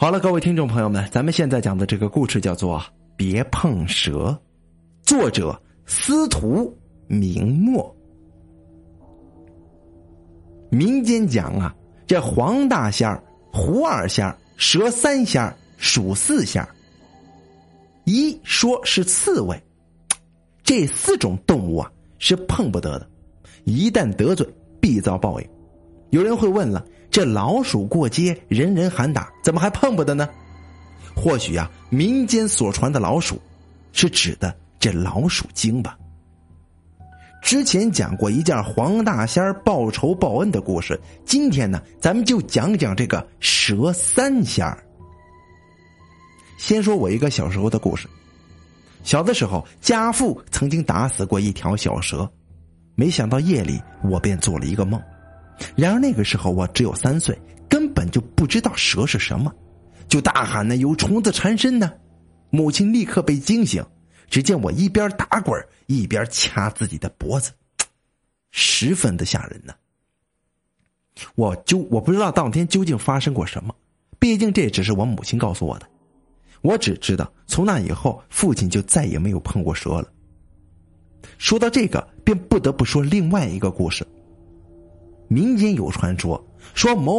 好了，各位听众朋友们，咱们现在讲的这个故事叫做《别碰蛇》，作者司徒明末。民间讲啊，这黄大仙、胡二仙、蛇三仙、鼠四仙，一说是刺猬，这四种动物啊是碰不得的，一旦得罪必遭报应。有人会问了，这老鼠过街人人喊打，怎么还碰不得呢？或许啊，民间所传的老鼠是指的这老鼠精吧。之前讲过一件黄大仙报仇报恩的故事，今天呢咱们就讲讲这个蛇三仙。先说我一个小时候的故事。小的时候，家父曾经打死过一条小蛇，没想到夜里我便做了一个梦。然而那个时候我只有3岁，根本就不知道蛇是什么，就大喊呢，有虫子缠身呢。母亲立刻被惊醒，只见我一边打滚一边掐自己的脖子，十分的吓人呢。我不知道当天究竟发生过什么，毕竟这只是我母亲告诉我的。我只知道从那以后父亲就再也没有碰过蛇了。说到这个，便不得不说另外一个故事。民间有传说，说某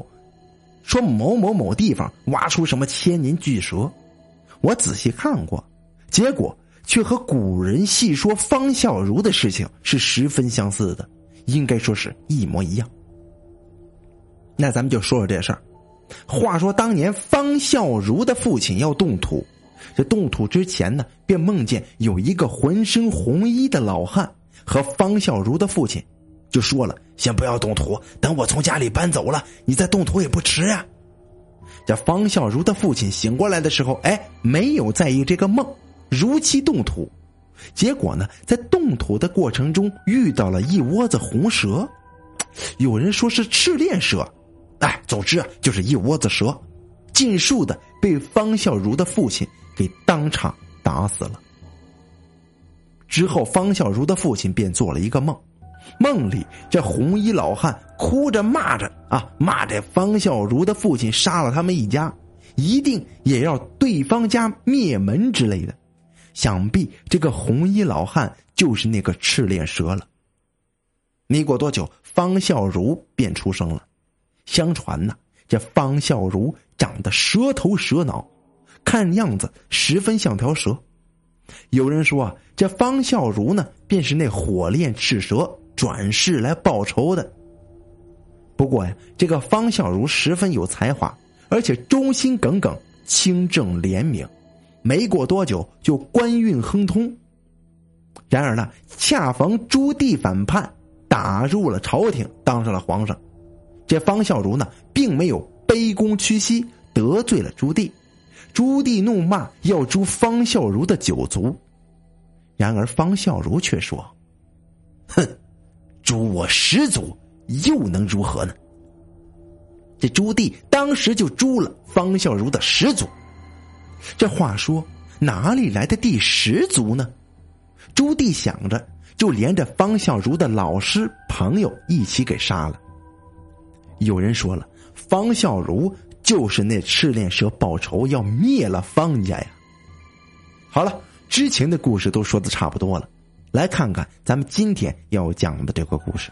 某地方挖出什么千年巨蛇，我仔细看过，结果却和古人戏说方孝孺的事情是十分相似的，应该说是一模一样。那咱们就说说这事儿。话说当年方孝孺的父亲要动土，这动土之前呢，便梦见有一个浑身红衣的老汉和方孝孺的父亲就说了，先不要动土，等我从家里搬走了，你再动土也不迟呀。这方孝孺的父亲醒过来的时候，没有在意这个梦，如期动土。结果呢，在动土的过程中遇到了一窝子红蛇，有人说是赤练蛇，总之啊，就是一窝子蛇，尽数的被方孝孺的父亲给当场打死了。之后方孝孺的父亲便做了一个梦，梦里这红衣老汉哭着骂着方孝孺的父亲杀了他们一家，一定也要对方家灭门之类的。想必这个红衣老汉就是那个赤练蛇了。没过多久，方孝孺便出生了。相传呢，这方孝孺长得蛇头蛇脑，看样子十分像条蛇。有人说啊，这方孝孺呢，便是那火炼赤蛇转世来报仇的。不过呀，这个方孝孺十分有才华，而且忠心耿耿，清正廉明，没过多久就官运亨通。然而呢，恰逢朱棣反叛，打入了朝廷，当上了皇上。这方孝孺呢，并没有卑躬屈膝，得罪了朱棣。朱棣怒骂要诛方孝孺的9族，然而方孝孺却说：“哼，诛我10族又能如何呢？”这朱棣当时就诛了方孝孺的10族。这话说哪里来的第10族呢？朱棣想着，就连着方孝孺的老师朋友一起给杀了。有人说了，方孝孺就是那赤练蛇报仇，要灭了方家呀。好了，之前的故事都说的差不多了，来看看咱们今天要讲的这个故事。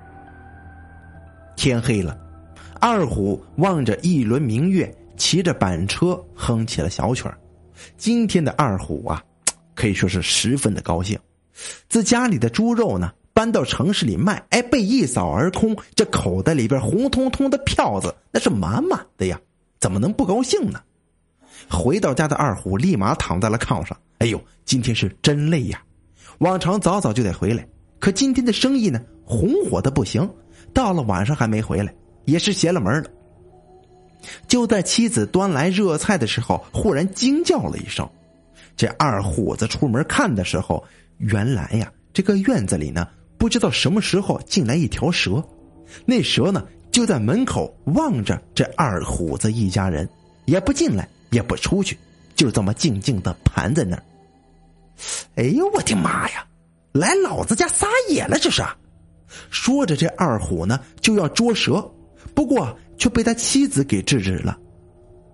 天黑了，二虎望着一轮明月，骑着板车哼起了小曲儿。今天的二虎啊，可以说是十分的高兴。自家里的猪肉呢搬到城市里卖，被一扫而空，这口袋里边红彤彤的票子那是满满的呀，怎么能不高兴呢？回到家的二虎立马躺在了炕上，今天是真累呀。往常早早就得回来，可今天的生意呢红火的不行，到了晚上还没回来，也是邪了门了。就在妻子端来热菜的时候，忽然惊叫了一声。这二虎子出门看的时候，原来呀，这个院子里呢不知道什么时候进来一条蛇，那蛇呢就在门口望着这二虎子一家人，也不进来也不出去，就这么静静的盘在那儿。我的妈呀，来老子家撒野了这是！说着这二虎呢就要捉蛇，不过却被他妻子给制止了。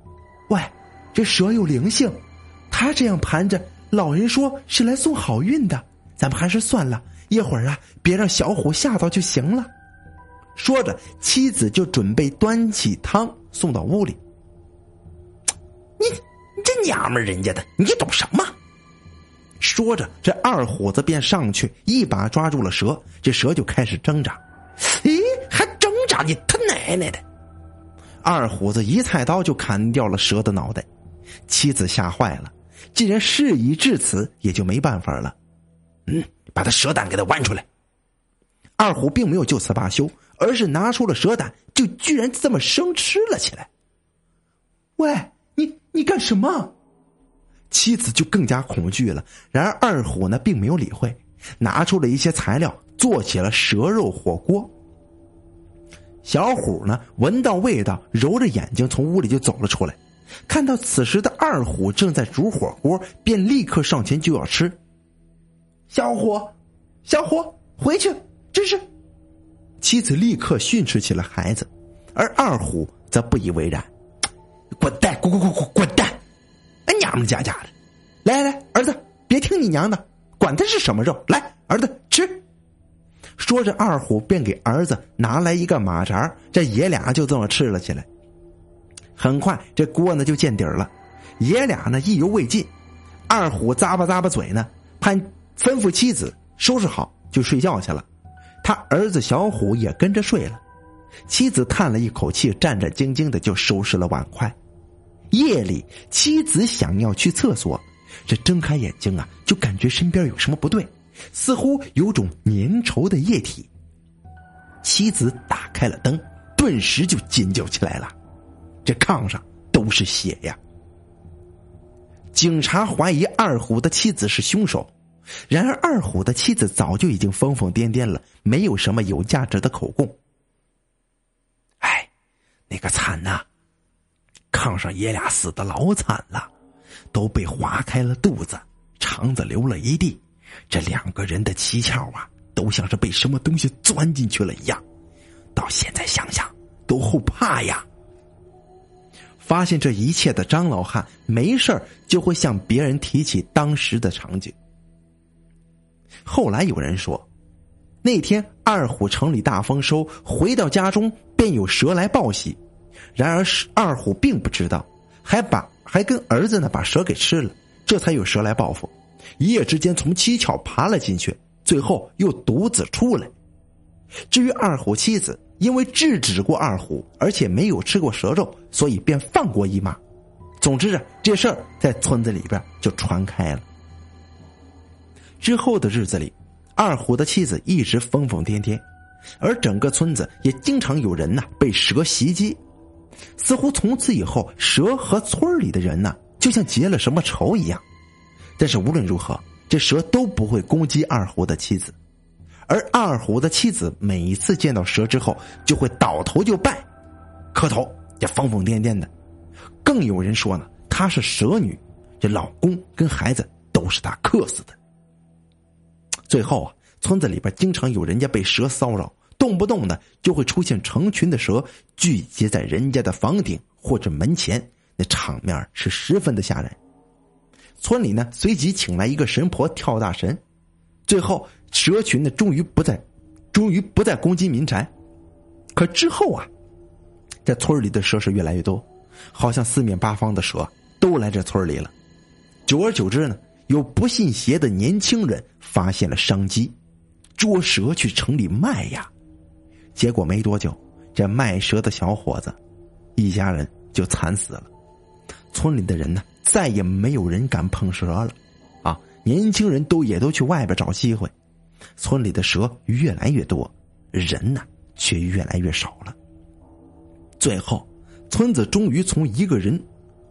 喂，这蛇有灵性，它这样盘着，老人说是来送好运的，咱们还是算了，一会儿啊，别让小虎吓到就行了。说着，妻子就准备端起汤送到屋里。你这娘们人家的，你懂什么？说着，这二虎子便上去一把抓住了蛇，这蛇就开始挣扎。咦，还挣扎，你他奶奶的！二虎子一菜刀就砍掉了蛇的脑袋。妻子吓坏了，既然事已至此，也就没办法了。把他蛇胆给他剜出来。二虎并没有就此罢休，而是拿出了蛇胆，就居然这么生吃了起来。喂，你干什么？妻子就更加恐惧了。然而二虎呢，并没有理会，拿出了一些材料，做起了蛇肉火锅。小虎呢，闻到味道，揉着眼睛从屋里就走了出来。看到此时的二虎正在煮火锅，便立刻上前就要吃。小虎，回去！真是！妻子立刻训斥起了孩子，而二虎则不以为然。滚蛋！滚蛋！哎，娘们家的！来，儿子，别听你娘的，管他是什么肉，来，儿子吃。说着，二虎便给儿子拿来一个马扎，这爷俩就这么吃了起来。很快，这锅呢就见底了，爷俩呢意犹未尽。二虎咂巴嘴呢，吩咐妻子收拾好就睡觉去了。他儿子小虎也跟着睡了。妻子叹了一口气，战战兢兢的就收拾了碗筷。夜里，妻子想要去厕所，这睁开眼睛啊，就感觉身边有什么不对，似乎有种粘稠的液体。妻子打开了灯，顿时就尖叫起来了。这炕上都是血呀！警察怀疑二虎的妻子是凶手，然而二虎的妻子早就已经疯疯癫癫了，没有什么有价值的口供。哎，那个惨呐！炕上爷俩死得老惨了，都被划开了肚子，肠子流了一地。这两个人的七窍啊，都像是被什么东西钻进去了一样。到现在想想都后怕呀。发现这一切的张老汉没事就会向别人提起当时的场景。后来有人说，那天二虎城里大丰收，回到家中便有蛇来报喜。然而二虎并不知道，还跟儿子呢把蛇给吃了，这才有蛇来报复。一夜之间从七窍爬了进去，最后又独自出来。至于二虎妻子，因为制止过二虎，而且没有吃过蛇肉，所以便放过一马。总之啊，这事儿在村子里边就传开了。之后的日子里，二虎的妻子一直疯疯癫癫，而整个村子也经常有人被蛇袭击。似乎从此以后，蛇和村里的人就像结了什么仇一样。但是无论如何，这蛇都不会攻击二虎的妻子。而二虎的妻子每一次见到蛇之后，就会倒头就拜，磕头，也疯疯癫癫的。更有人说呢，她是蛇女，这老公跟孩子都是她克死的。最后村子里边经常有人家被蛇骚扰，动不动的就会出现成群的蛇聚集在人家的房顶或者门前，那场面是十分的吓人。村里呢随即请来一个神婆跳大神，最后蛇群呢终于不再攻击民宅。可之后在村里的蛇是越来越多，好像四面八方的蛇都来这村里了。久而久之呢，有不信邪的年轻人发现了商机，捉蛇去城里卖呀。结果没多久，这卖蛇的小伙子一家人就惨死了。村里的人呢，再也没有人敢碰蛇了年轻人也都去外边找机会。村里的蛇越来越多，人呢却越来越少了。最后，村子终于从一个人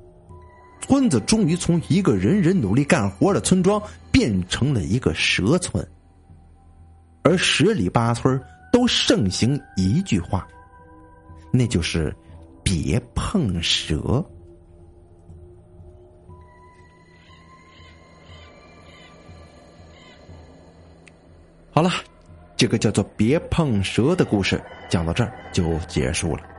人努力干活的村庄变成了一个蛇村。而十里八村都盛行一句话，那就是别碰蛇。好了，这个叫做别碰蛇的故事讲到这儿就结束了。